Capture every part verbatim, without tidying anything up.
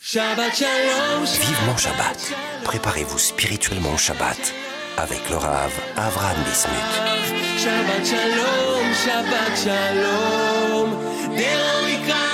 Shabbat Shalom. Vivement Shabbat. Préparez-vous spirituellement au Shabbat avec le Rav Avraham Bismuth. Shabbat Shalom, Shabbat Shalom. Déroïka,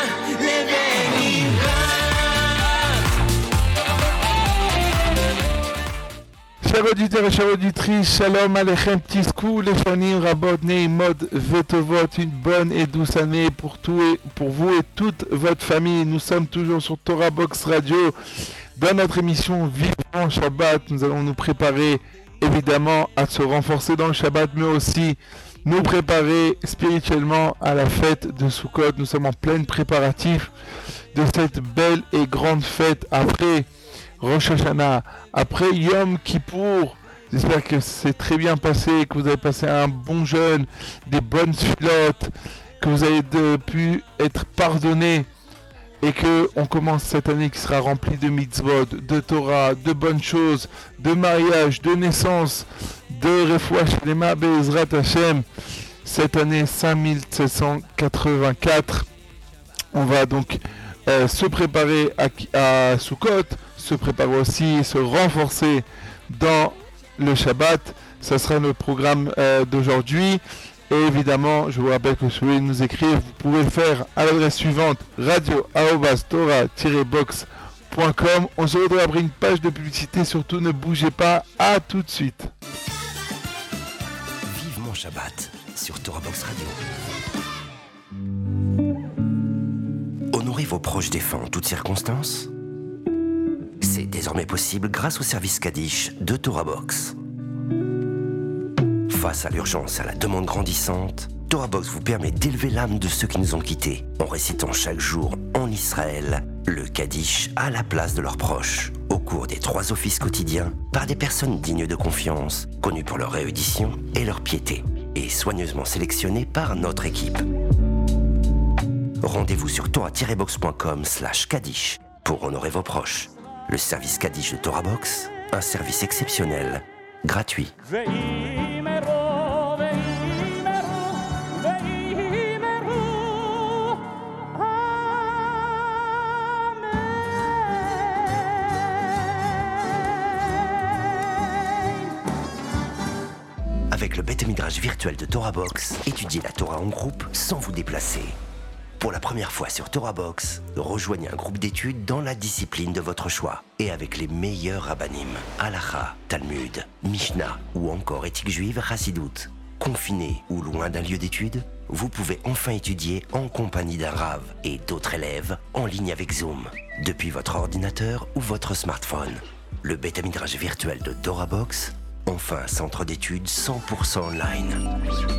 chers auditeurs et chères auditrices, Shalom Aleichem, Tiskou, les Shanim, Rabot, Neimod, Vetovot, une bonne et douce année pour, tout et, pour vous et toute votre famille. Nous sommes toujours sur Torah Box Radio. Dans notre émission Vivement Shabbat, nous allons nous préparer évidemment à se renforcer dans le Shabbat, mais aussi nous préparer spirituellement à la fête de Sukkot. Nous sommes en plein préparatif de cette belle et grande fête après Rosh Hashanah, après Yom Kippour. J'espère que c'est très bien passé, que vous avez passé un bon jeûne, des bonnes filotes, que vous avez de, pu être pardonné et que on commence cette année qui sera remplie de mitzvot, de Torah, de bonnes choses, de mariage, de naissance, de Refoua Shlema Be'ezrat Hashem. Cette année cinq mille sept cent quatre-vingt-quatre, on va donc euh, se préparer à, à Sukkot, se préparer aussi, se renforcer dans le Shabbat. Ça sera le programme euh, d'aujourd'hui. Et évidemment, je vous rappelle que si vous voulez nous écrire, vous pouvez le faire à l'adresse suivante, radio arobase torah tiret box point com. On se retrouve après une page de publicité. Surtout, ne bougez pas. À tout de suite. Vivement Shabbat sur Torah Box Radio. Honorez vos proches défunts en toutes circonstances. C'est désormais possible grâce au service Kaddish de Torah Box. Face à l'urgence et à la demande grandissante, Torah Box vous permet d'élever l'âme de ceux qui nous ont quittés en récitant chaque jour en Israël le Kaddish à la place de leurs proches, au cours des trois offices quotidiens par des personnes dignes de confiance, connues pour leur réédition et leur piété, et soigneusement sélectionnées par notre équipe. Rendez-vous sur torah tiret box point com slash kaddish pour honorer vos proches. Le service Kaddish de Torah Box, un service exceptionnel, gratuit. Avec le Beth Midrash virtuel de Torah Box, étudiez la Torah en groupe sans vous déplacer. Pour la première fois sur Torah Box, rejoignez un groupe d'études dans la discipline de votre choix et avec les meilleurs rabbanim, Halacha, Talmud, Mishnah ou encore éthique juive, Chassidut. Confiné ou loin d'un lieu d'études, vous pouvez enfin étudier en compagnie d'un Rav et d'autres élèves en ligne avec Zoom, depuis votre ordinateur ou votre smartphone. Le Beth Midrash virtuel de Torah Box, enfin un centre d'études cent pour cent online.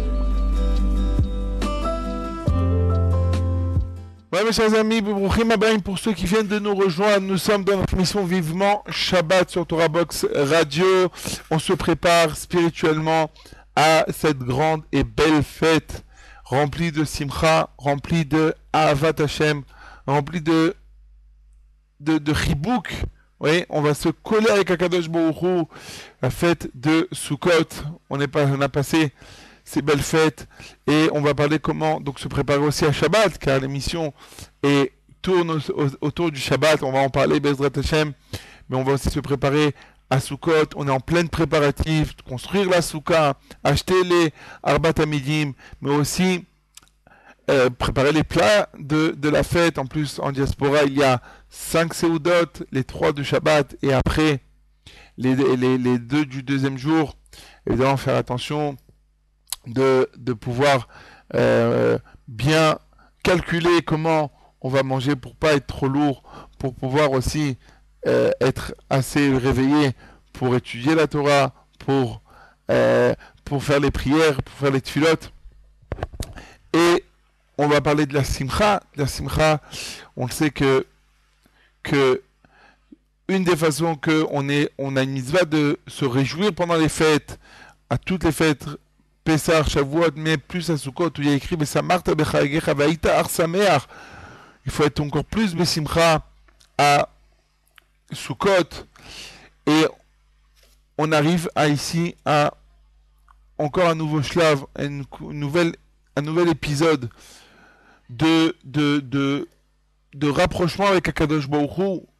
Ouais, mes chers amis, pour ceux qui viennent de nous rejoindre, nous sommes dans notre émission Vivement Shabbat sur Torah Box Radio. On se prépare spirituellement à cette grande et belle fête remplie de simcha, remplie de ahavat Hashem, remplie de de, de chibouk. Oui, on va se coller avec Akadosh Baruch Hu, la fête de Sukkot. On, est pas, on a passé ces belles fêtes et on va parler comment donc se préparer aussi à Shabbat, car l'émission est, tourne au, au, autour du Shabbat. On va en parler Bezrat Hashem, mais on va aussi se préparer à Sukkot. On est en pleine préparatif, construire la Soukha, acheter les Arbat Amidim, mais aussi euh, préparer les plats de, de la fête. En plus, en diaspora, il y a cinq Seudot, les trois du Shabbat et après les, les, les deux du deuxième jour. Évidemment, faire attention de, de pouvoir euh, bien calculer comment on va manger pour pas être trop lourd, pour pouvoir aussi euh, être assez réveillé pour étudier la Torah, pour, euh, pour faire les prières, pour faire les tfilotes. Et on va parler de la simcha. La simcha, on le sait que, que une des façons qu'on est, on a une mitzvah de se réjouir pendant les fêtes, à toutes les fêtes, Pessah, Shavuot, mais plus à Sukkot, où il y a écrit Besamarta bechagecha vaïta ar sameach. Il faut être encore plus besimcha à Sukkot. Et on arrive à ici à encore un nouveau shlav, une, une nouvelle, un nouvel épisode de, de, de, de rapprochement avec Akadosh Baruch Hu,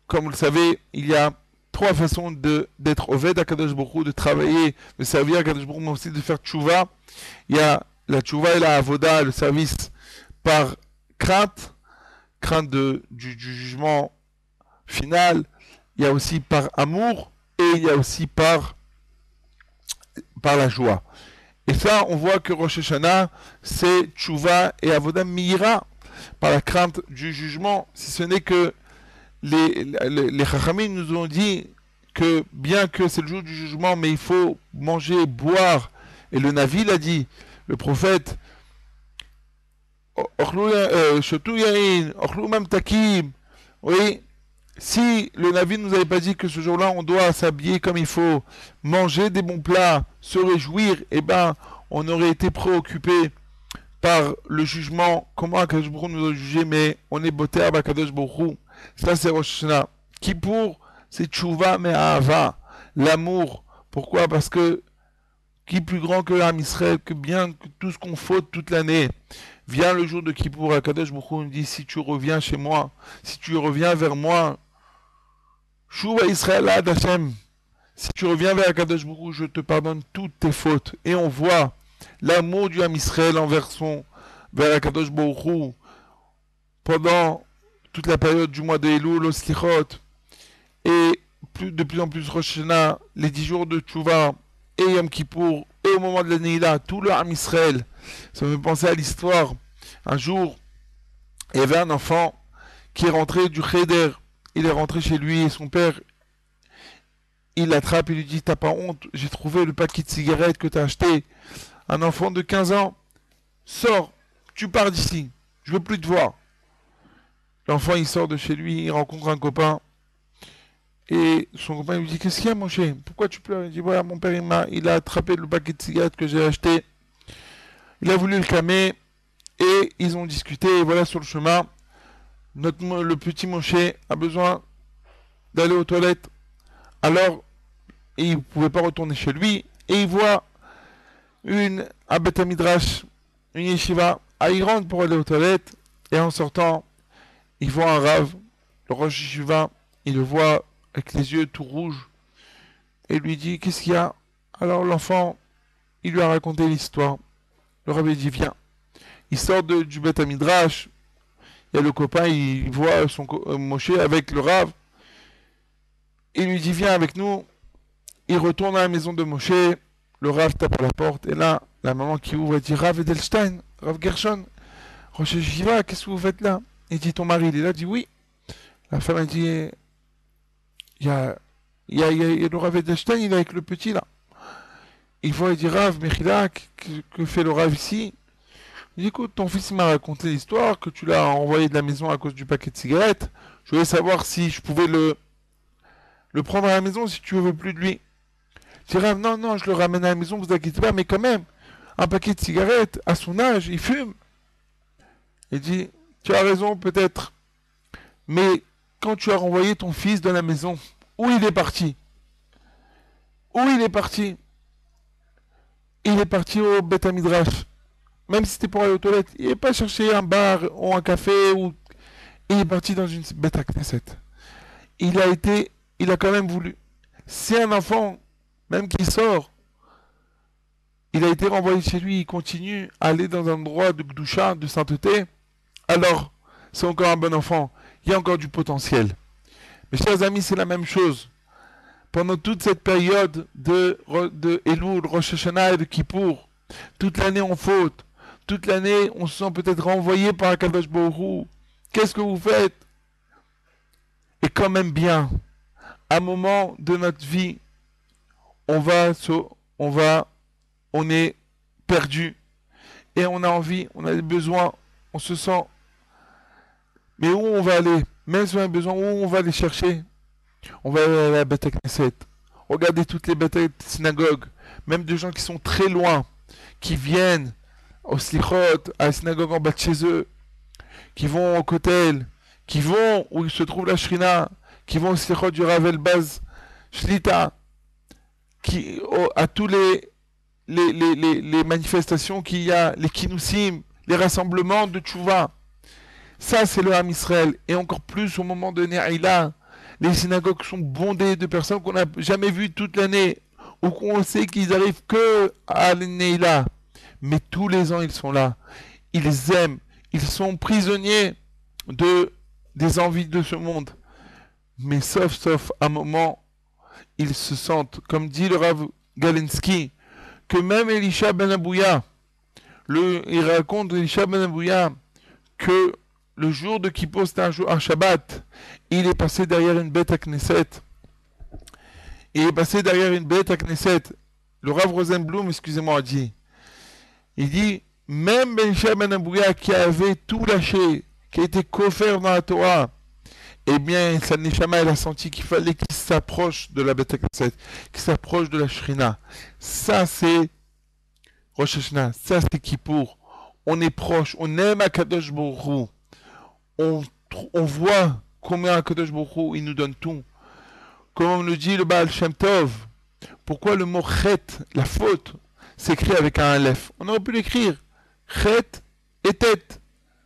comme vous le savez, il y a trois façons de, d'être Oved à Kadosh Baruch Hu, de travailler, de servir à Kadosh Baruch Hu, mais aussi de faire tchouva. Il y a la tchouva et la avoda, le service par crainte, crainte de, du, du jugement final. Il y a aussi par amour et il y a aussi par, par la joie. Et ça, on voit que Rosh Hashanah, c'est tchouva et avoda mira, par la crainte du jugement, si ce n'est que les, les, les Chachamim nous ont dit que bien que c'est le jour du jugement, mais il faut manger, boire. Et le Navi l'a dit, le prophète, oui, si le Navi ne nous avait pas dit que ce jour-là, on doit s'habiller comme il faut, manger des bons plats, se réjouir, eh ben, on aurait été préoccupé par le jugement, comment Akadosh Baruch Hu nous a jugé, mais on est boté à Akadosh Baruch Hu. Ça, c'est Rosh Hashanah. Kippour, c'est tchouva, mais ahava, l'amour. Pourquoi? Parce que qui plus grand que l'âme Israël, que bien que tout ce qu'on faute toute l'année, vient le jour de Kippour, Akadosh Baruch Hu nous dit, si tu reviens chez moi, si tu reviens vers moi, Shuva Israël ad Hashem, si tu reviens vers Akadosh Baruch Hu, je te pardonne toutes tes fautes. Et on voit l'amour du Ham Israël envers son, vers Akadosh Baruch Hu, pendant toute la période du mois de Elul, au Slichot, et plus, de plus en plus Rosh Hashanah, les dix jours de Tchouva, et Yom Kippour, et au moment de la Neila, tout le Ham Israël. Ça me fait penser à l'histoire. Un jour, il y avait un enfant qui est rentré du Cheder. Il est rentré chez lui et son père, il l'attrape et lui dit, t'as pas honte, j'ai trouvé le paquet de cigarettes que t'as acheté. Un enfant de quinze ans, sors, tu pars d'ici, je veux plus te voir. L'enfant, il sort de chez lui, il rencontre un copain, et son copain lui dit, qu'est-ce qu'il y a, mon cher? Pourquoi tu pleures? Il dit, voilà, mon père, il m'a, il a attrapé le paquet de cigarettes que j'ai acheté, il a voulu le calmer, et ils ont discuté, et voilà, sur le chemin, notre, le petit Moshe a besoin d'aller aux toilettes. Alors, il ne pouvait pas retourner chez lui, et il voit une un Beth Midrash, une yeshiva, à y rendre pour aller aux toilettes, et en sortant, il voit un rave, le Rosh Yeshiva, il le voit avec les yeux tout rouges, et lui dit, qu'est-ce qu'il y a? Alors l'enfant, il lui a raconté l'histoire. Le rave dit, viens. Il sort de, du Beth Midrash, il y a le copain, il voit son euh, Moshe avec le rave, il lui dit, viens avec nous. Il retourne à la maison de Moshe, le rave tape à la porte, et là, la maman qui ouvre, elle dit, Rav Edelstein, Rav Gershon, Rosh Yeshiva, qu'est-ce que vous faites là? Il dit, ton mari, il est là? Il dit, oui. La femme, elle dit, il y a, il y a, il y a, il y a le Rav Edelstein, il est avec le petit là. Il voit, il dit, Rav, Mechila, que, que fait le Rav ici? Il dit, écoute, ton fils m'a raconté l'histoire, que tu l'as envoyé de la maison à cause du paquet de cigarettes. Je voulais savoir si je pouvais le, le prendre à la maison si tu veux plus de lui. Je dis, Rav, non, non, je le ramène à la maison, vous inquiétez pas, mais quand même, un paquet de cigarettes, à son âge, il fume. Il dit, tu as raison, peut-être. Mais quand tu as renvoyé ton fils de la maison, où il est parti? Où il est parti? Il est parti au Beth Midrash. Même si c'était pour aller aux toilettes, il n'est pas cherché un bar ou un café, ou... il est parti dans une Beth Knesset. Il a été, il a quand même voulu. Si un enfant, même qui sort, il a été renvoyé chez lui, il continue à aller dans un endroit de Gdusha, de sainteté, alors c'est encore un bon enfant. Il y a encore du potentiel. Mes chers amis, c'est la même chose. Pendant toute cette période de, de Elul, Rosh Hashanah et de Kippour, toute l'année on faute, toute l'année on se sent peut-être renvoyé par Akadosh Baruch Hu. Qu'est-ce que vous faites? Et quand même bien, à un moment de notre vie, on va, on va, on est perdu, et on a envie, on a des besoins, on se sent. Mais où on va aller? Même si on a besoin, où on va aller chercher? On va aller à la Beth Knesset. Regardez toutes les Beth synagogues, même des gens qui sont très loin, qui viennent au Slichot, à la synagogue en bas de chez eux, qui vont au Kotel, qui vont où se trouve la Shrina, qui vont au Slichot du Rav Elbaz Shlita, qui, oh, à tous les, les, les, les, les manifestations qu'il y a, les Kinousim, les rassemblements de Tchouva. Ça, c'est le Ham Israël. Et encore plus au moment de Ne'ila, Les synagogues sont bondées de personnes qu'on n'a jamais vues toute l'année, ou qu'on sait qu'ils arrivent que à l'Neila. Mais tous les ans, ils sont là. Ils aiment. Ils sont prisonniers de, des envies de ce monde. Mais sauf, sauf, à un moment, ils se sentent, comme dit le Rav Galinsky, que même Elisha ben Abouya, le, il raconte Elisha ben Abouya que le jour de Kippour, c'était un jour, un Shabbat, il est passé derrière une bête à Knesset. Il est passé derrière une bête à Knesset. Le Rav Rosenblum, excusez-moi, a dit, il dit, même Elisha ben Abouya qui avait tout lâché, qui a été coffert dans la Torah, eh bien, sa neshama, elle a senti qu'il fallait qu'il s'approche de la bête à Knesset, qu'il s'approche de la Shrina. Ça, c'est Rosh Hashanah, ça, c'est Kippour. On est proche, on aime Akadosh Baruch Hu. On, on voit combien Akadosh Baruch Hu, il nous donne tout. Comme on nous dit le Baal Shem Tov, pourquoi le mot chet, la faute, s'écrit avec un aleph? On aurait pu l'écrire chet et tête.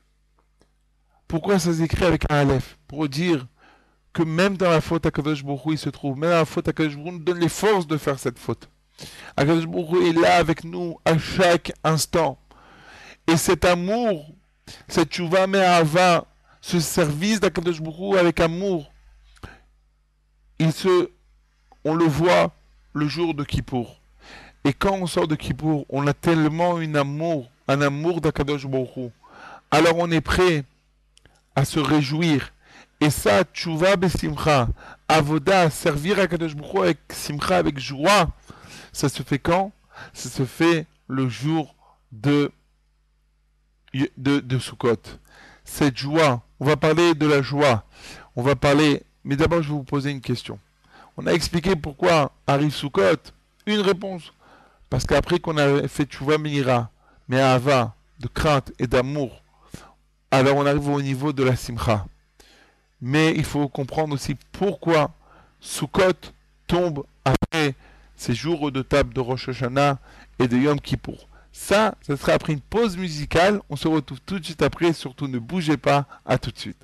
Pourquoi ça s'écrit avec un aleph? Pour dire que même dans la faute, Akadosh Baruch Hu, il se trouve. Même dans la faute, Akadosh Baruch Hu nous donne les forces de faire cette faute. Akadosh Baruch Hu est là avec nous à chaque instant. Et cet amour, cette tchouva me'ahava, ce service d'Akadosh Baruch Hu avec amour, il se, on le voit le jour de Kippour. Et quand on sort de Kippour, on a tellement un amour, un amour d'Akadosh Baruch Hu. Alors on est prêt à se réjouir. Et ça, tchouva besimcha, avoda, servir à Kadosh Baruch Hu avec simcha, avec joie, ça se fait quand? Ça se fait le jour de, de, de Sukkot. Cette joie, on va parler de la joie, on va parler, mais d'abord je vais vous poser une question. On a expliqué pourquoi arrive Sukkot, une réponse, parce qu'après qu'on a fait tchouva meira, mais ava, de crainte et d'amour, alors on arrive au niveau de la simcha. Mais il faut comprendre aussi pourquoi Sukkot tombe après ces jours de table de Rosh Hashanah et de Yom Kippour. Ça, ça sera après une pause musicale. On se retrouve tout de suite après. Surtout ne bougez pas. À tout de suite.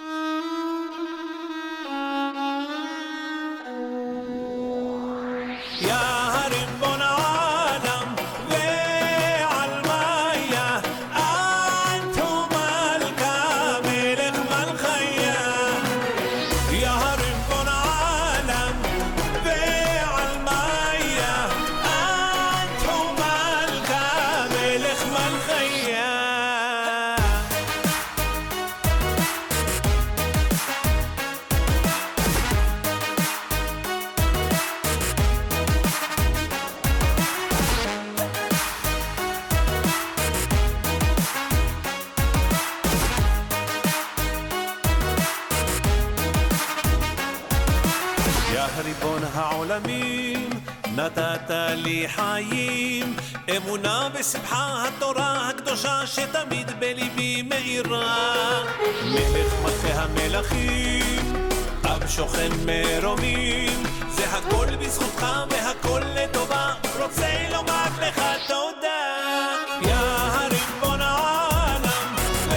ריבון העולמים, נתת לי חיים, אמונה בשמחה התורה הקדושה שתמיד בליבי מאירה. מלך מלכי המלכים, אב שוכן מרומים, זה הכל בזכותך והכל לטובה, רוצה לומר לך תודה. יא הריבון העולם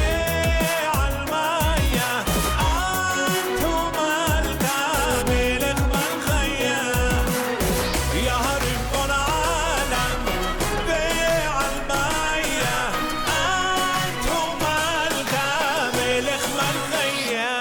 ועלמיה, אנתו מלכה מלך מלכיה. יא הריבון העולם ועלמיה, אנתו מלכה מלך מלכיה.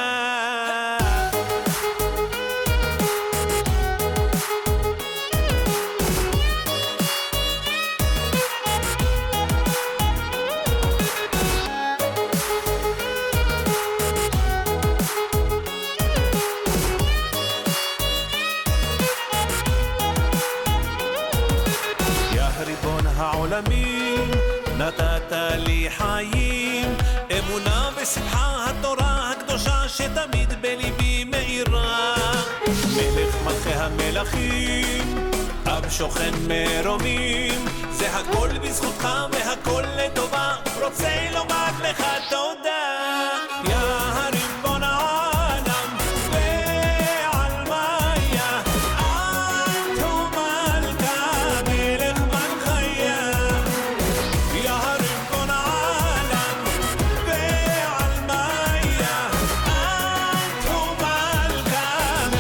העולמים, נתת לי חיים, אמונה בשמחה התורה הקדושה שתמיד בליבי מאירה. מלך מלכי המלכים, אב שוכן מרומים, זה הכל בזכותך והכל לטובה, רוצה לומר לך תודה. יא הריבון העולם ועלמיה, אנתו מלכה מלך מלכיה. יא הריבון העולם ועלמיה, אנתו מלכה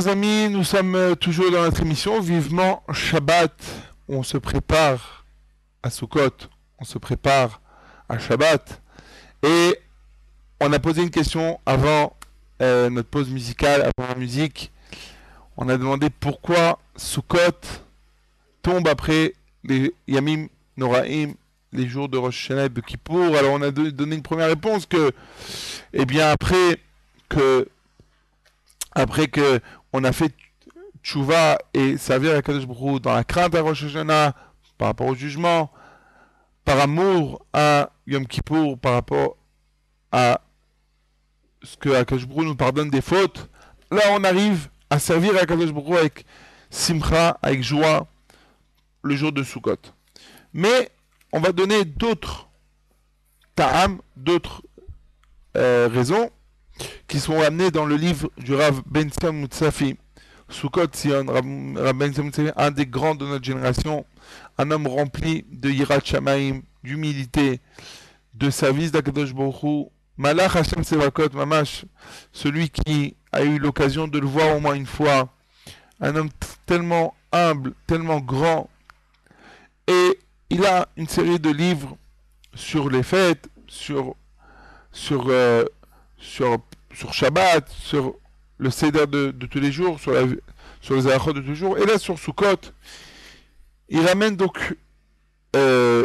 chers amis, nous sommes toujours dans notre émission Vivement Shabbat. On se prépare à Sukkot, on se prépare à Shabbat. Et on a posé une question avant euh, notre pause musicale, avant la musique. On a demandé pourquoi Sukkot tombe après les Yamim Noraim, les jours de Rosh Hashanah et de Kippour. Alors on a donné une première réponse que, eh bien après que, après que on a fait tchouva et servir à Kadosh Baruch Hu dans la crainte à Rosh Hashanah par rapport au jugement, par amour à Yom Kippour, par rapport à ce que Akadosh Baruch Hu nous pardonne des fautes, là on arrive à servir à Akadosh Baruch Hu avec simcha, avec joie, le jour de Sukkot. Mais on va donner d'autres ta'am, d'autres euh, raisons qui sont amenées dans le livre du Rav Ben Sam Mutsafi, Sukkot Sion. Rav, Rav Ben Sam Mutsafi, un des grands de notre génération, un homme rempli de Yirat Shamaim, d'humilité, de service d'Akadosh Baruch Hu, Malach Hashem Sevakot Mamash, celui qui a eu l'occasion de le voir au moins une fois, un homme t- tellement humble, tellement grand, et il a une série de livres sur les fêtes, sur sur euh, sur sur Shabbat, sur le Seder de, de tous les jours, sur la sur les halachot de tous les jours, et là sur Sukkot, il ramène donc euh,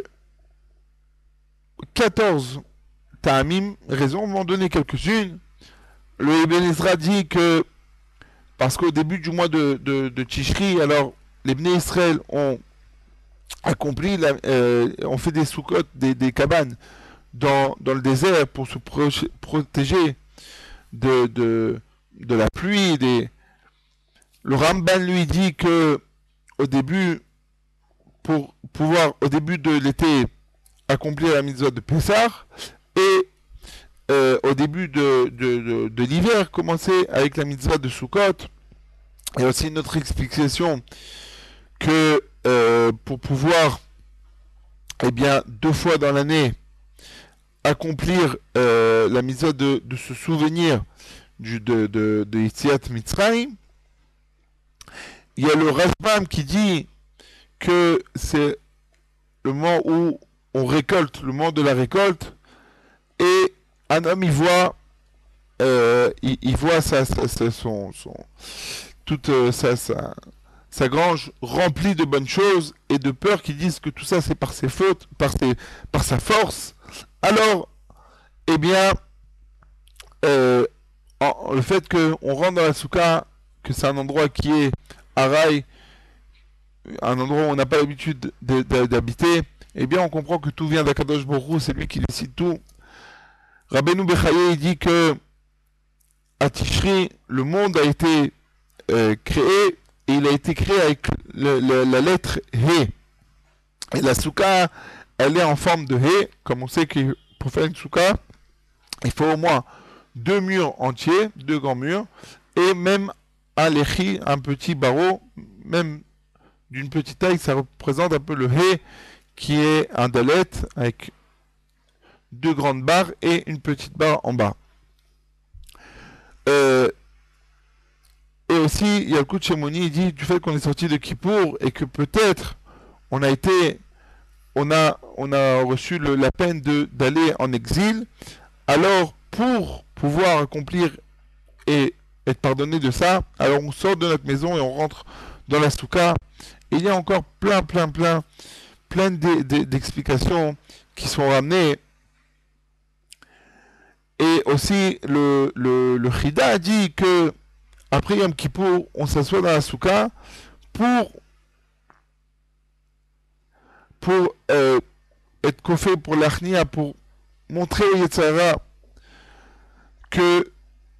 quatorze ta'amim, raisons, on va en donner quelques-unes. Le Ibn Ezra dit que, parce qu'au début du mois de, de, de Tishri, alors les Bnei Israël ont accompli, la, euh, ont fait des soukot, des, des cabanes dans, dans le désert pour se pro- protéger de, de, de la pluie. Des... Le Ramban lui dit que au début, pour pouvoir au début de l'été accomplir la mitzvah de Pessah, et euh, au début de, de, de, de l'hiver, commencer avec la mitzvah de Sukkot. Il y a aussi une autre explication que euh, pour pouvoir, eh bien, deux fois dans l'année, accomplir euh, la mitzvah de, de se souvenir du, de, de, de Yetziat Mitzrayim, il y a le Rashbam qui dit que c'est le moment où on récolte, le moment de la récolte, et un homme il voit, euh, il, il voit sa, sa, sa, son, son, toute euh, sa, sa, sa grange remplie de bonnes choses et de peur qu'ils disent que tout ça c'est par ses fautes, par, ses, par sa force. Alors, eh bien, euh, en, le fait qu'on rentre dans la soukha, que c'est un endroit qui est Araï, un endroit où on n'a pas l'habitude de, de, d'habiter, eh bien on comprend que tout vient d'Akadosh Baruch Hu, c'est lui qui décide tout. Rabbeinu Bechaye dit que à Tishri, le monde a été euh, créé, et il a été créé avec le, le, la lettre He. Et la soukha, elle est en forme de He, comme on sait que pour faire une soukha, il faut au moins deux murs entiers, deux grands murs, et même un lechi, un petit barreau, même d'une petite taille, ça représente un peu le He, qui est un dalet avec deux grandes barres et une petite barre en bas. Euh, et aussi, il y a le coup de Shemoni, il dit du fait qu'on est sorti de Kippour et que peut-être on a été, on a, on a reçu le, la peine de d'aller en exil. Alors, pour pouvoir accomplir et être pardonné de ça, alors on sort de notre maison et on rentre dans la soukha. Et il y a encore plein, plein, plein, plein de, de, d'explications qui sont ramenées. Et aussi, le, le, le Chida a dit que après Yom Kippour, on s'assoit dans la soukha pour, pour euh, être kofé pour l'achnia, pour montrer au Yetzirah que,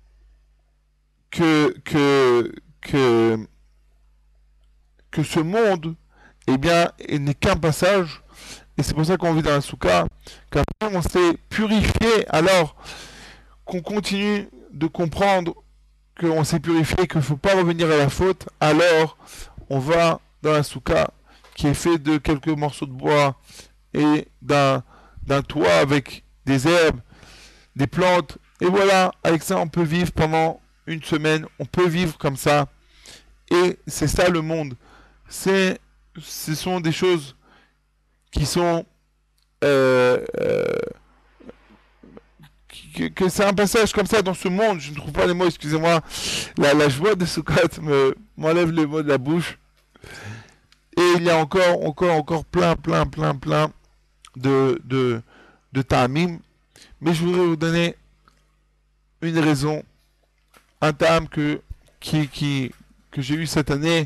que, que, que, que ce monde, eh bien, n'est qu'un passage, et c'est pour ça qu'on vit dans la soukha, qu'après on s'est purifié, alors qu'on continue de comprendre qu'on s'est purifié, qu'il ne faut pas revenir à la faute, alors on va dans la soukha qui est fait de quelques morceaux de bois et d'un, d'un toit avec des herbes, des plantes, et voilà, avec ça on peut vivre pendant une semaine, on peut vivre comme ça, Et c'est ça le monde. C'est, ce sont des choses qui sont... Euh, euh, que, que c'est un passage comme ça dans ce monde. Je ne trouve pas les mots, excusez-moi. La, la joie de Sukkot me, m'enlève les mots de la bouche. Et il y a encore, encore, encore plein, plein, plein, plein de, de, de ta'amim. Mais je voudrais vous donner une raison, un ta'am que, qui, qui, que j'ai eu cette année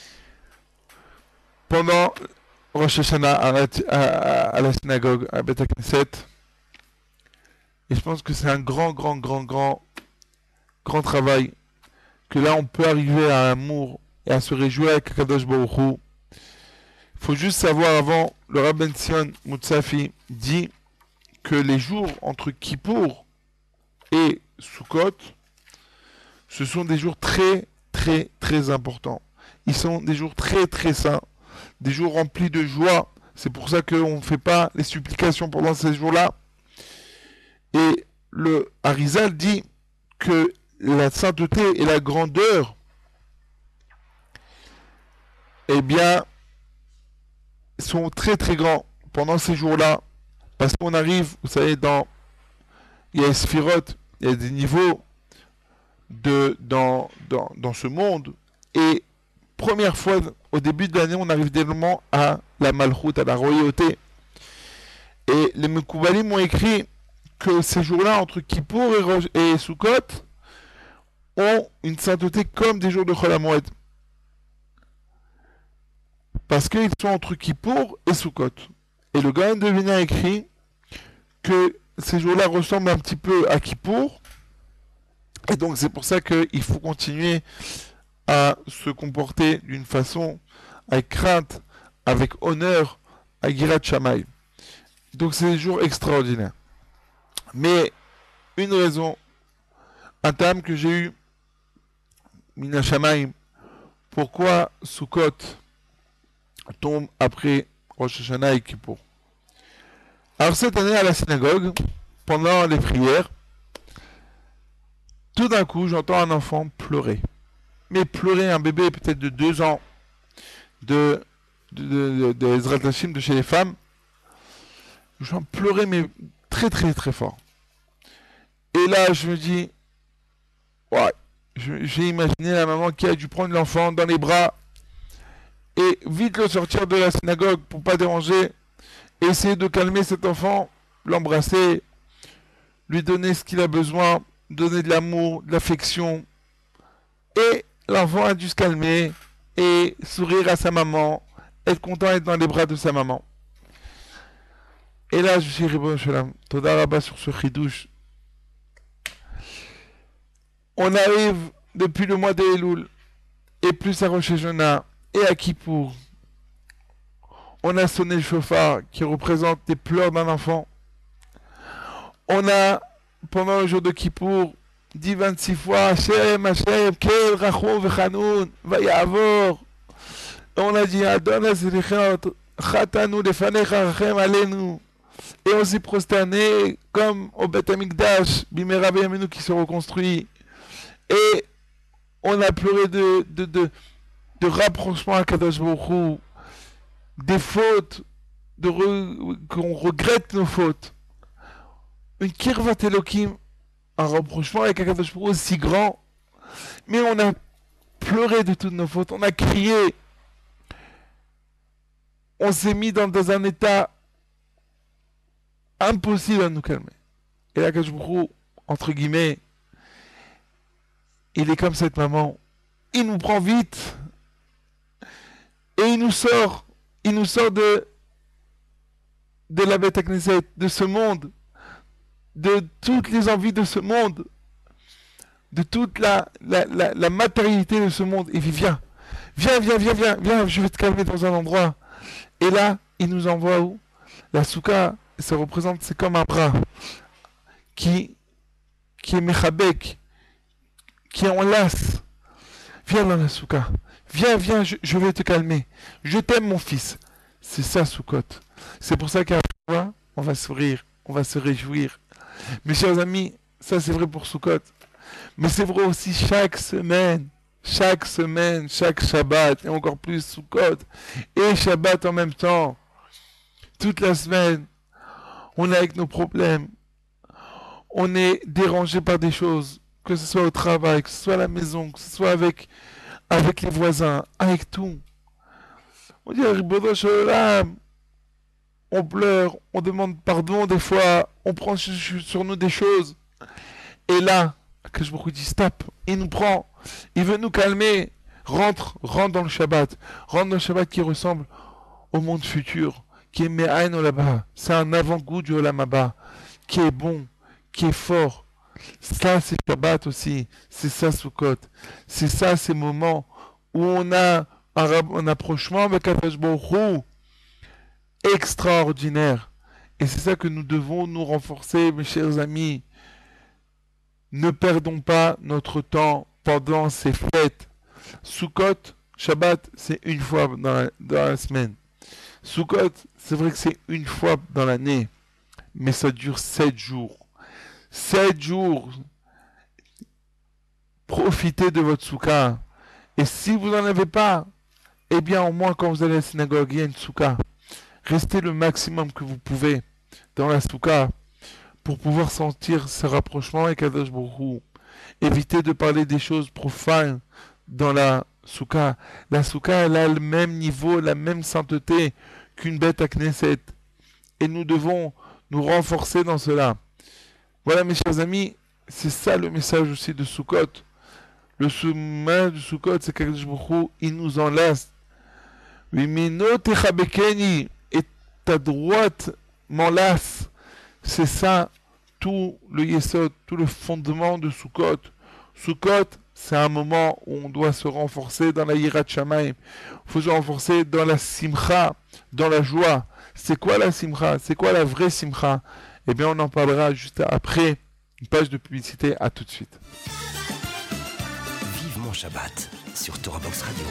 pendant Rosh Hashanah à la, à, à la synagogue, à Beth Knesset. Et je pense que c'est un grand, grand, grand, grand, grand travail. Que là, on peut arriver à l'amour et à se réjouir avec Kadosh Baruch Hu. Il faut juste savoir avant, le Rav Ben Sion Moutsafi dit que les jours entre Kippour et Sukkot, ce sont des jours très, très, très importants. Ils sont des jours très, très saints, des jours remplis de joie. C'est pour ça qu'on ne fait pas les supplications pendant ces jours-là. Et le Harizal dit que la sainteté et la grandeur, eh bien, sont très très grands pendant ces jours-là. Parce qu'on arrive, vous savez, dans... Il y a les Sphirot, il y a des niveaux de, dans, dans, dans ce monde. Et première fois, au début de l'année, on arrive directement à la Malchut, à la royauté. Et les Mekoubalim ont écrit que ces jours-là, entre Kippour et, Rosh, et Sukkot, ont une sainteté comme des jours de Chol HaMoed. Parce qu'ils sont entre Kippour et Sukkot. Et le Gaon de Vilna a écrit que ces jours-là ressemblent un petit peu à Kippour. Et donc c'est pour ça qu'il faut continuer à se comporter d'une façon avec crainte, avec honneur, à Yirat Shammai. Donc c'est des jours extraordinaires. Mais une raison, un thème que j'ai eu, Mina Shammai, pourquoi Sukkot tombe après Rosh Hashanah et Kippour. Alors cette année à la synagogue, pendant les prières, tout d'un coup j'entends un enfant pleurer. Mais pleurer, un bébé peut-être de deux ans, de, de, de, de, de Ezrat Hashim, de chez les femmes, j'entends pleurer mais très très très fort. Et là je me dis, ouais, j'ai imaginé la maman qui a dû prendre l'enfant dans les bras et vite le sortir de la synagogue pour pas déranger, essayer de calmer cet enfant, l'embrasser, lui donner ce qu'il a besoin, donner de l'amour, de l'affection. Et l'enfant a dû se calmer et sourire à sa maman, être content d'être dans les bras de sa maman. Et là, je suis Ribono Shel Olam, Toda Rabba sur ce chidouche. On arrive depuis le mois d'Elul et plus à Rosh Hashanah et à Kippour. On a sonné le chauffard qui représente les pleurs d'un enfant. On a, pendant le jour de Kippour, dit vingt-six fois Hashem, Hashem, Kel, Rachou, Vechanoun, Vayavor. Et on a dit Adonai Zelichot, Chatanu, Lefanecha, Rachem, Alenu. Et on s'est prosterné comme au Beth Amikdash, Bimera Beyamenu qui se reconstruit. Et on a pleuré de, de, de, de rapprochement à Kadosh Baruch Hu, des fautes, de re, qu'on regrette nos fautes. Une kirvat Elohim, un rapprochement avec Kadosh Baruch Hu si grand. Mais on a pleuré de toutes nos fautes, on a crié. On s'est mis dans, dans un état impossible à nous calmer. Et là, Kadosh Baruch Hu, entre guillemets, il est comme cette maman. Il nous prend vite. Et il nous sort. Il nous sort de, de la Beth Knesset, de ce monde. De toutes les envies de ce monde. De toute la, la, la, la matérialité de ce monde. Il dit, viens. Viens, viens, viens, viens, viens, je vais te calmer dans un endroit. Et là, il nous envoie où? La souka, ça représente, c'est comme un bras. Qui, qui est mechabek. Qui enlace. Viens dans la souka. Viens, viens, je, je vais te calmer. Je t'aime, mon fils. C'est ça, Sukkot. C'est pour ça qu'à la fois, on va sourire, on va se réjouir. Mes chers amis, ça c'est vrai pour Sukkot. Mais c'est vrai aussi chaque semaine. chaque semaine, chaque Shabbat, et encore plus Sukkot, et Shabbat en même temps, toute la semaine, on est avec nos problèmes, on est dérangé par des choses, que ce soit au travail, que ce soit à la maison, que ce soit avec, avec les voisins, avec tout. On dit, Ribono Shalom, on pleure, on demande pardon des fois, on prend sur nous des choses. Et là, que je me dis stop, il nous prend, il veut nous calmer, rentre, rentre dans le Shabbat, rentre dans le Shabbat qui ressemble au monde futur, qui est Me'ain Olaba, c'est un avant-goût du Olam Haba, qui est bon, qui est fort. Ça c'est Shabbat aussi, c'est ça Sukkot, c'est ça ces moments où on a un, un approchement avec Akadosh Baruch Hu extraordinaire. Et c'est ça que nous devons nous renforcer, mes chers amis. Ne perdons pas notre temps pendant ces fêtes. Sukkot, Shabbat, c'est une fois dans la, dans la semaine. Sukkot, c'est vrai que c'est une fois dans l'année, mais ça dure sept jours. Sept jours. Profitez de votre soukha. Et si vous n'en avez pas, eh bien au moins quand vous allez à la synagogue, il y a une soukha. Restez le maximum que vous pouvez dans la soukha pour pouvoir sentir ce rapprochement avec Kadosh Baruch Hu. Évitez de parler des choses profanes dans la soukha. La soukha, elle a le même niveau, la même sainteté qu'une bête à Knesset. Et nous devons nous renforcer dans cela. Voilà mes chers amis, c'est ça le message aussi de Sukkot. Le sommet de Sukkot, c'est qu'Akadosh Baruch Hu, il nous enlace. Vimino techabekeni, et ta droite m'enlace. C'est ça, tout le Yesod, tout le fondement de Sukkot. Sukkot, c'est un moment où on doit se renforcer dans la Yirat Shamayim. Il faut se renforcer dans la Simcha, dans la joie. C'est quoi la Simcha? C'est quoi la vraie Simcha? Eh bien, on en parlera juste après une page de publicité. À tout de suite. Vivement Shabbat sur Torah Box Radio.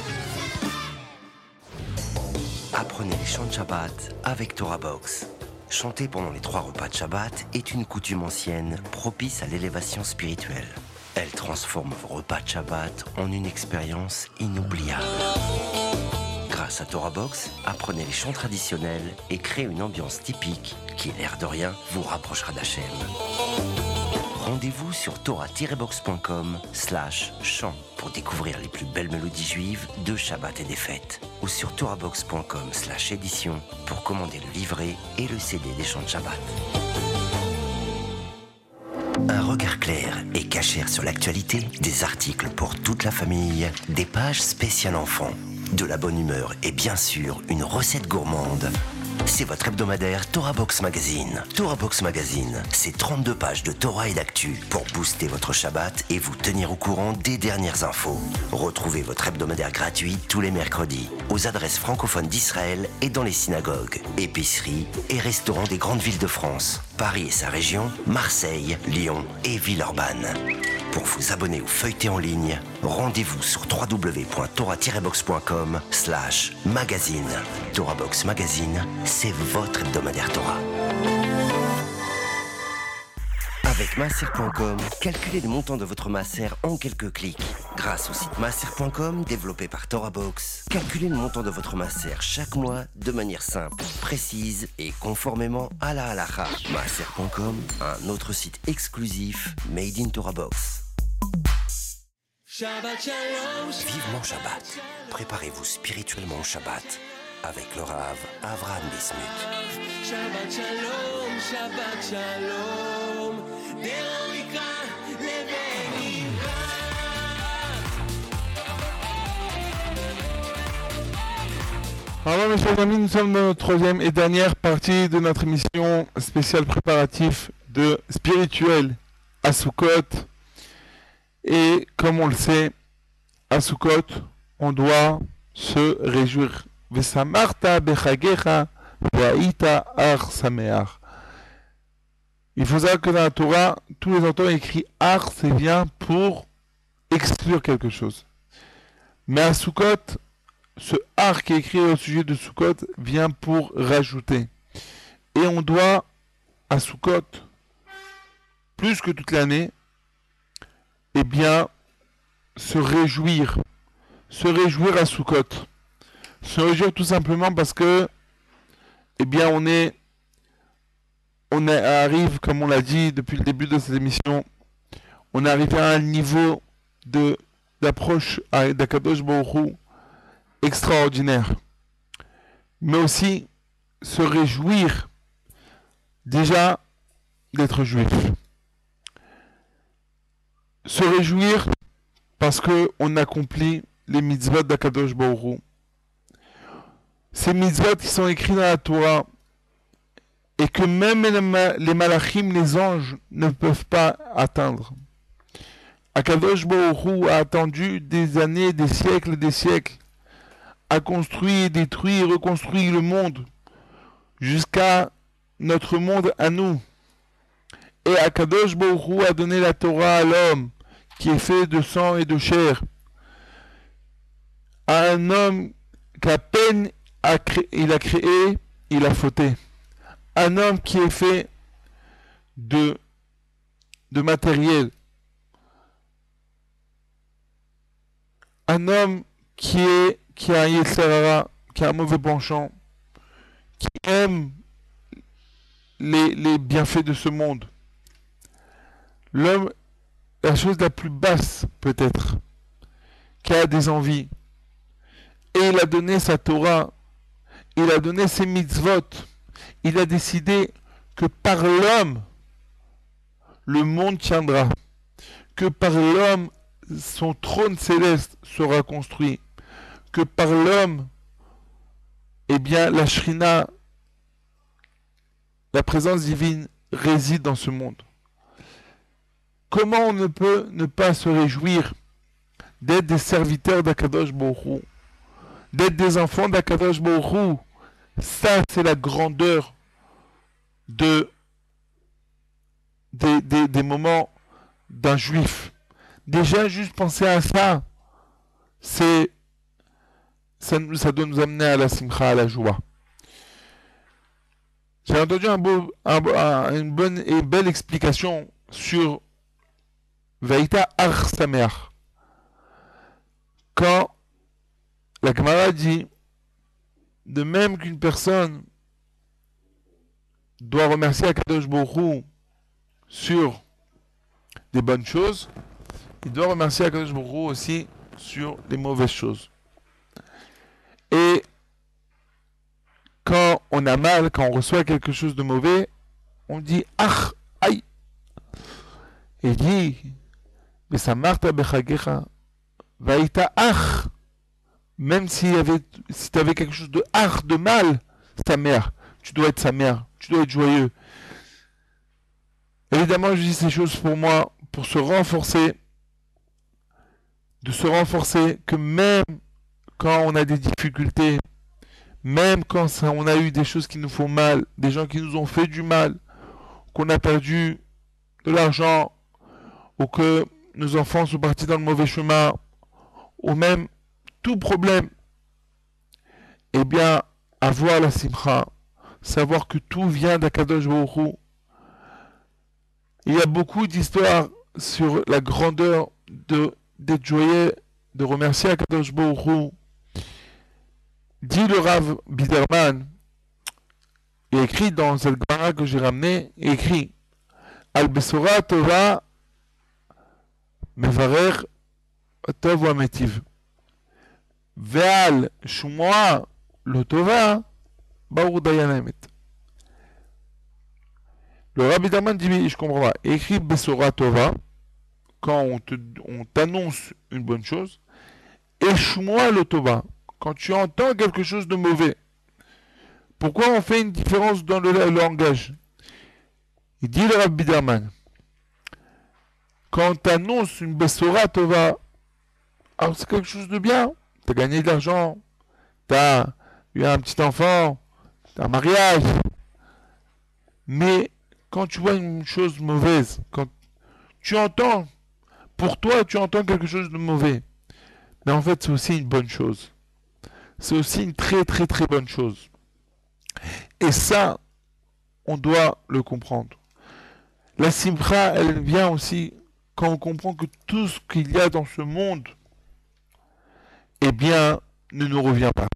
Apprenez les chants de Shabbat avec Torah Box. Chanter pendant les trois repas de Shabbat est une coutume ancienne propice à l'élévation spirituelle. Elle transforme vos repas de Shabbat en une expérience inoubliable. Grâce à Torah Box, apprenez les chants traditionnels et créez une ambiance typique qui, l'air de rien, vous rapprochera d'Hachem. Rendez-vous sur torah tiret box point com slash chant pour découvrir les plus belles mélodies juives de Shabbat et des fêtes, ou sur torah box point com slash édition pour commander le livret et le C D des chants de Shabbat. Un regard clair et cachère sur l'actualité, des articles pour toute la famille, des pages spéciales enfants, de la bonne humeur et bien sûr une recette gourmande. C'est votre hebdomadaire Torah Box Magazine. Torah Box Magazine, c'est trente-deux pages de Torah et d'actu pour booster votre Shabbat et vous tenir au courant des dernières infos. Retrouvez votre hebdomadaire gratuit tous les mercredis aux adresses francophones d'Israël et dans les synagogues, épiceries et restaurants des grandes villes de France, Paris et sa région, Marseille, Lyon et Villeurbanne. Pour vous abonner ou feuilleter en ligne, rendez-vous sur w w w point torah tiret box point com slash magazine. Torah Box Magazine, c'est votre hebdomadaire Torah. Avec Maaser point com, calculez le montant de votre Maaser en quelques clics. Grâce au site Maaser point com, développé par Torah Box, calculez le montant de votre Maaser chaque mois de manière simple, précise et conformément à la halakha. Maaser point com, un autre site exclusif made in Torah Box. Shabbat Shalom. Vivement Shabbat. Préparez-vous spirituellement au Shabbat avec le Rav Avraham Bismuth. Shabbat Shalom, Shabbat Shalom. Déroïka, Alors mes chers amis, nous sommes dans notre troisième et dernière partie de notre émission spéciale préparatif de spirituel à Sukkot. Et comme on le sait, à Sukkot, on doit se réjouir. Vesamarta bechagecha va'ita ar sameach. Il faut savoir que dans la Torah, tous les auteurs écrit ar, c'est bien pour exclure quelque chose. Mais à Sukkot, ce ar qui est écrit au sujet de Sukkot vient pour rajouter. Et on doit, à Sukkot, plus que toute l'année, eh bien, se réjouir, se réjouir à Sukkot. Se réjouir tout simplement parce que, eh bien, on est, on est, arrive, comme on l'a dit depuis le début de cette émission, on est arrivé à un niveau de d'approche d'Akadosh Baruch Hu extraordinaire. Mais aussi se réjouir déjà d'être juif. Se réjouir parce que on accomplit les mitzvot d'Akadosh Baruch Hu. Ces mitzvot qui sont écrits dans la Torah et que même les malachim, les anges, ne peuvent pas atteindre. Akadosh Baruch Hu a attendu des années, des siècles, des siècles, a construit, détruit, reconstruit le monde jusqu'à notre monde à nous. Et Akadosh Baruch Hu a donné la Torah à l'homme qui est fait de sang et de chair, à un homme qu'à peine a créé, il a créé, il a fauté. Un homme qui est fait de, de matériel. Un homme qui, est, qui a un Yetzer Hara, qui a un mauvais penchant, qui aime les, les bienfaits de ce monde. L'homme, la chose la plus basse peut-être, qui a des envies. Et il a donné sa Torah, il a donné ses mitzvot, il a décidé que par l'homme, le monde tiendra, que par l'homme, son trône céleste sera construit, que par l'homme, eh bien, la Shrina, la présence divine, réside dans ce monde. Comment on ne peut ne pas se réjouir d'être des serviteurs d'Akadosh Baruch Hu, d'être des enfants d'Akadosh Baruch Hu? Ça, c'est la grandeur de, des, des, des moments d'un juif. Déjà, juste penser à ça, c'est, ça, ça doit nous amener à la simcha, à la joie. J'ai entendu un beau, un, un, une bonne et belle explication sur Vaïta Ar Sameach. Quand la Gemara dit, de même qu'une personne doit remercier Akadosh Baruch Hu sur des bonnes choses, il doit remercier Akadosh Baruch Hu aussi sur les mauvaises choses. Et quand on a mal, quand on reçoit quelque chose de mauvais, on dit ah, aïe. Et il dit, mais ça marta bechagecha, vaïta ach. Même s'il y avait, si tu avais quelque chose de ach, de mal, ta mère, tu dois être sa mère, tu dois être joyeux. Évidemment, je dis ces choses pour moi, pour se renforcer, de se renforcer, que même quand on a des difficultés, même quand ça, on a eu des choses qui nous font mal, des gens qui nous ont fait du mal, qu'on a perdu de l'argent, ou que nos enfants sont partis dans le mauvais chemin, ou même tout problème, eh bien, avoir la simcha, savoir que tout vient d'Akadosh Baruch Hu. Il y a beaucoup d'histoires sur la grandeur de d'être joyeux, de remercier Akadosh Baruch Hu. Dit le Rav Biderman, il écrit dans cette Gemara que j'ai ramené, il écrit Al Besora Tova Mevarer Tov wa Metiv. Ve'al Shumoa Lotova Baruch Dayan Emet. Le Rabbi Daman dit, je comprends pas, écrit Besora Tova, quand on, te, on t'annonce une bonne chose, et Shumoa Lotova, quand tu entends quelque chose de mauvais. Pourquoi on fait une différence dans le, le langage? Il dit le Rabbi Daman, quand on t'annonce une Besora Tova, alors c'est quelque chose de bien. Tu as gagné de l'argent, tu as eu un petit enfant, tu as un mariage. Mais quand tu vois une chose mauvaise, quand tu entends, pour toi, tu entends quelque chose de mauvais, mais en fait, c'est aussi une bonne chose. C'est aussi une très très très bonne chose. Et ça, on doit le comprendre. La simcha, elle vient aussi quand on comprend que tout ce qu'il y a dans ce monde, eh bien, ne nous revient pas.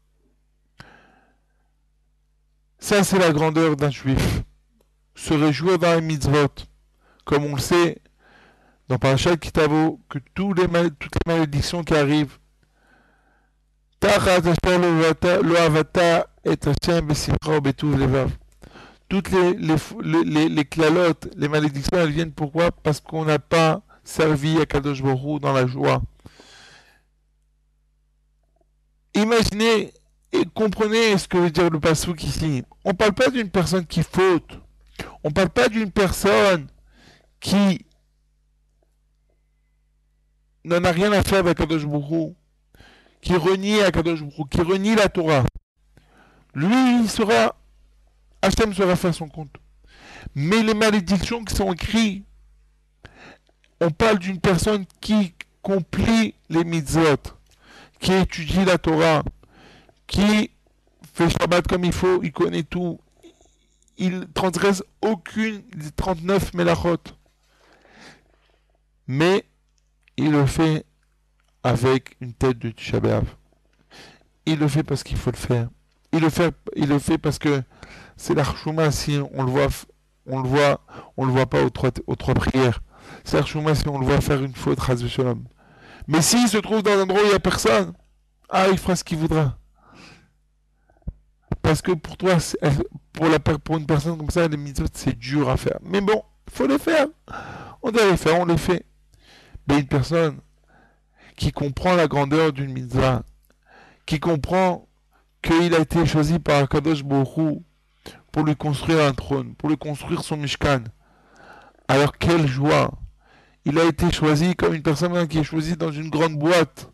Ça, c'est la grandeur d'un juif. Se réjouir dans les mitzvot. Comme on le sait, dans Parashat Kitavo, que tous les mal- toutes les malédictions qui arrivent, toutes les, les, les, les, les clalotes, les malédictions, elles viennent pourquoi? Parce qu'on n'a pas servi à Kadosh Baruch Hu dans la joie. Imaginez et comprenez ce que veut dire le passouk ici. On ne parle pas d'une personne qui faute. On ne parle pas d'une personne qui n'en a rien à faire avec Kadosh Baruch Hu, qui renie à Kadosh Baruch Hu, qui renie la Torah. Lui, il sera, Hachem sera fait son compte. Mais les malédictions qui sont écrites, on parle d'une personne qui accomplit les mitzvot, qui étudie la Torah, qui fait Shabbat comme il faut, il connaît tout, il transgresse aucune des trente-neuf mélachot. Mais il le fait avec une tête de Tisha B'Av. Il le fait parce qu'il faut le faire. Il le fait, il le fait parce que c'est la chouma si on le voit, on le voit, on le voit pas aux trois, aux trois prières. C'est la chouma si on le voit faire une faute, Chas v'Shalom. Mais s'il se trouve dans un endroit où il n'y a personne, ah, il fera ce qu'il voudra. Parce que pour toi, pour, la, pour une personne comme ça, les mitzvot, c'est dur à faire. Mais bon, il faut les faire. On doit les faire, on les fait. Mais une personne qui comprend la grandeur d'une mitzvah, qui comprend qu'il a été choisi par Kadosh Baruch Hu pour lui construire un trône, pour lui construire son Mishkan. Alors quelle joie! Il a été choisi comme une personne qui est choisie dans une grande boîte.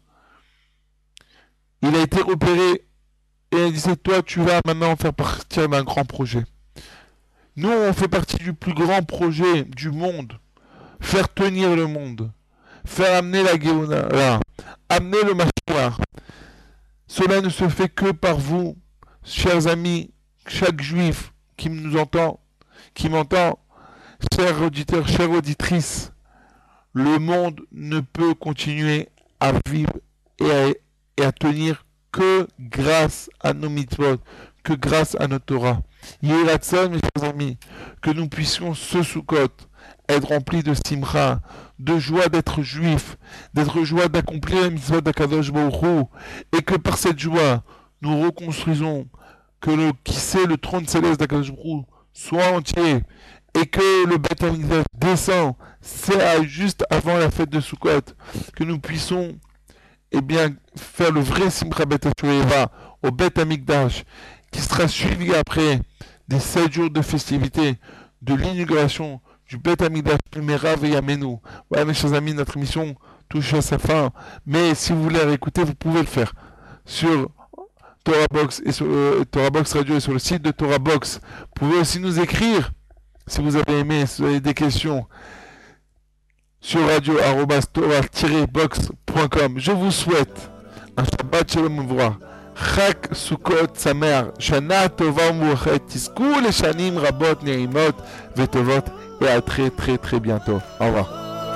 Il a été repéré et il disait, toi tu vas maintenant faire partie d'un grand projet. Nous on fait partie du plus grand projet du monde. Faire tenir le monde. Faire amener la Géouna, là, amener le Mashiach. Cela ne se fait que par vous, chers amis, chaque juif qui nous entend, qui m'entend, chers auditeurs, chères auditrices. Le monde ne peut continuer à vivre et à, et à tenir que grâce à nos mitzvot, que grâce à notre Torah. Yeh Ratzon, mes chers amis, que nous puissions ce Sukkot être remplis de simcha, de joie d'être juif, d'être joie d'accomplir la mitzvot d'Akadosh Baruch Hu, et que par cette joie, nous reconstruisons que le qui sait le trône céleste d'Akadosh Baruch Hu soit entier, et que le Beth Amikdash descend, c'est juste avant la fête de Sukkot, que nous puissions eh bien, faire le vrai Simcha Bet HaShoeva au Beth Amikdash, qui sera suivi après des sept jours de festivité, de l'inauguration du Beth Amikdash Merav et Yamenu. Voilà mes chers amis, notre émission touche à sa fin, mais si vous voulez réécouter, vous pouvez le faire sur Torah Box et sur euh, Torah Box Radio et sur le site de Torah Box. Vous pouvez aussi nous écrire si vous avez aimé, si vous avez des questions, sur radio arobase torah tiret box point com. Je vous souhaite un Shabbat Shalom V'ra, Chag Sukkot Sameach, Shana Tova U'Meuchet, Tizku Leshanim Rabot Ne'imot Ve'Tovot, et à très très très bientôt. Au revoir.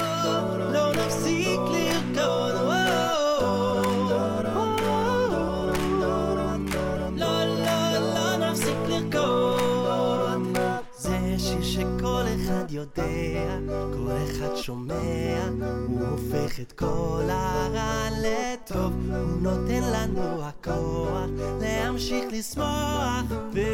יודע, כל אחד שומע, הוא הופך את כל הרע לטוב, הוא נותן לנו הכוח להמשיך לשמוח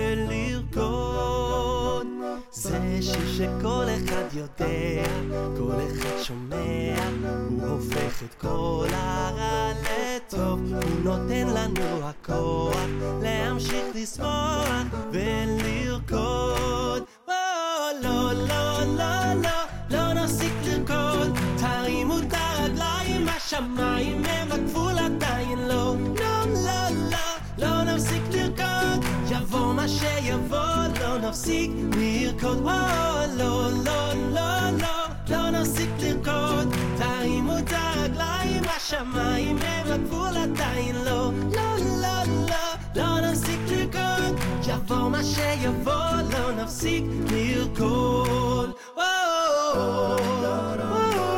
ולרקוד. זה שיר שכל אחד יודע, כל אחד שומע, הוא הופך את כל הרע לטוב, הוא נותן לנו הכוח להמשיך לשמוח ולרקוד. לא, לא, לא, לא, לא נפסיק לרקוד, תרימו את הרגליים, השמיים הם הגבול עדיין לא. לא, לא, לא, לא נפסיק לרקוד, יבוא מה שיבוא, לא נפסיק לרקוד. לא, לא, לא, לא, לא נפסיק לרקוד, תרימו את הרגליים, השמיים הם הגבול עדיין לא. לא, לא, לא, לא נפסיק לרקוד, יבוא מה שיבוא, לא נפסיק לרקוד. Oh, oh, oh, oh.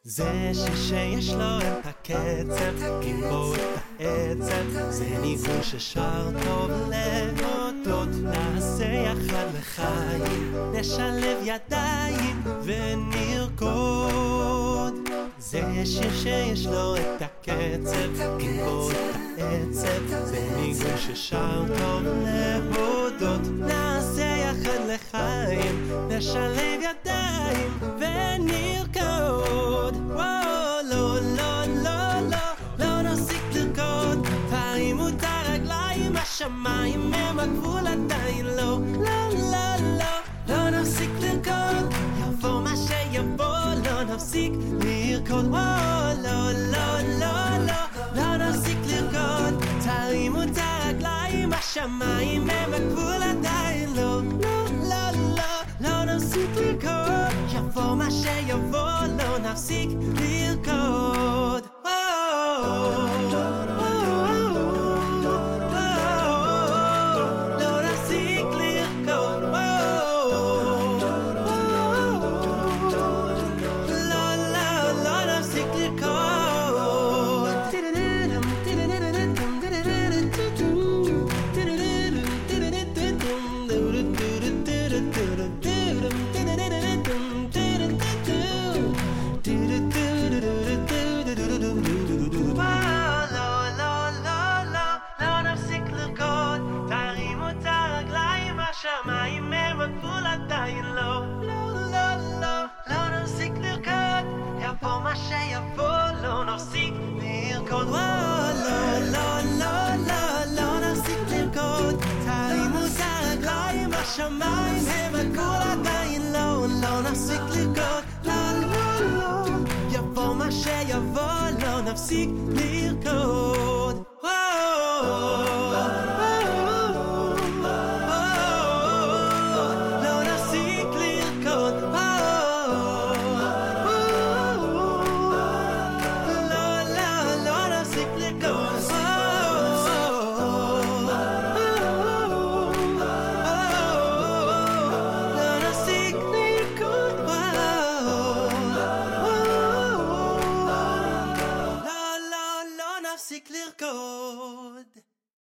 זה שיש לו את הקצב, עם בו את העצב, זה ניגון ששר טוב להודות. נעשה יחד לחיים, נשלב ידיים ונרקוד. זה שיר שיש לו את הקצב, עם בו את העצב, זה ניגון ששר טוב להודות. נעשה יחד לחיים, נשלב ידיים ונרקוד. וואו, לא, לא, לא, לא, לא נפסיק לרקוד. תרימו את הרגליים, השמיים הם הגבול עדיין לא. לא, לא, לא, לא נפסיק לרקוד. יבוא מה שיבוא, לא נפסיק לרקוד. וואו, לא, לא, לא, לא, לא נפסיק לרקוד. תרימו את הרגליים, השמיים הם הגבול עדיין לא. לא, לא, לא, לא נפסיק לרקוד. יבוא מה שיבוא, לא נפסיק לרקוד. לא נפסיק לרקוד. לא, לא, לא נפסיק לרקוד. השמיים הם הגבול עדיין לא. לא, לא, לא, לא נפסיק לרקוד. יבוא מה שיבוא, לא נפסיק לרקוד. וואו, לא, לא, לא, לא, לא נפסיק לרקוד. תרימו את הרגליים, השמיים הם הגבול עדיין לא. לא נפסיק לרקוד. לא, לא, לא, יבוא מה שיבוא, לא נפסיק לרקוד. להפסיק לרקוד.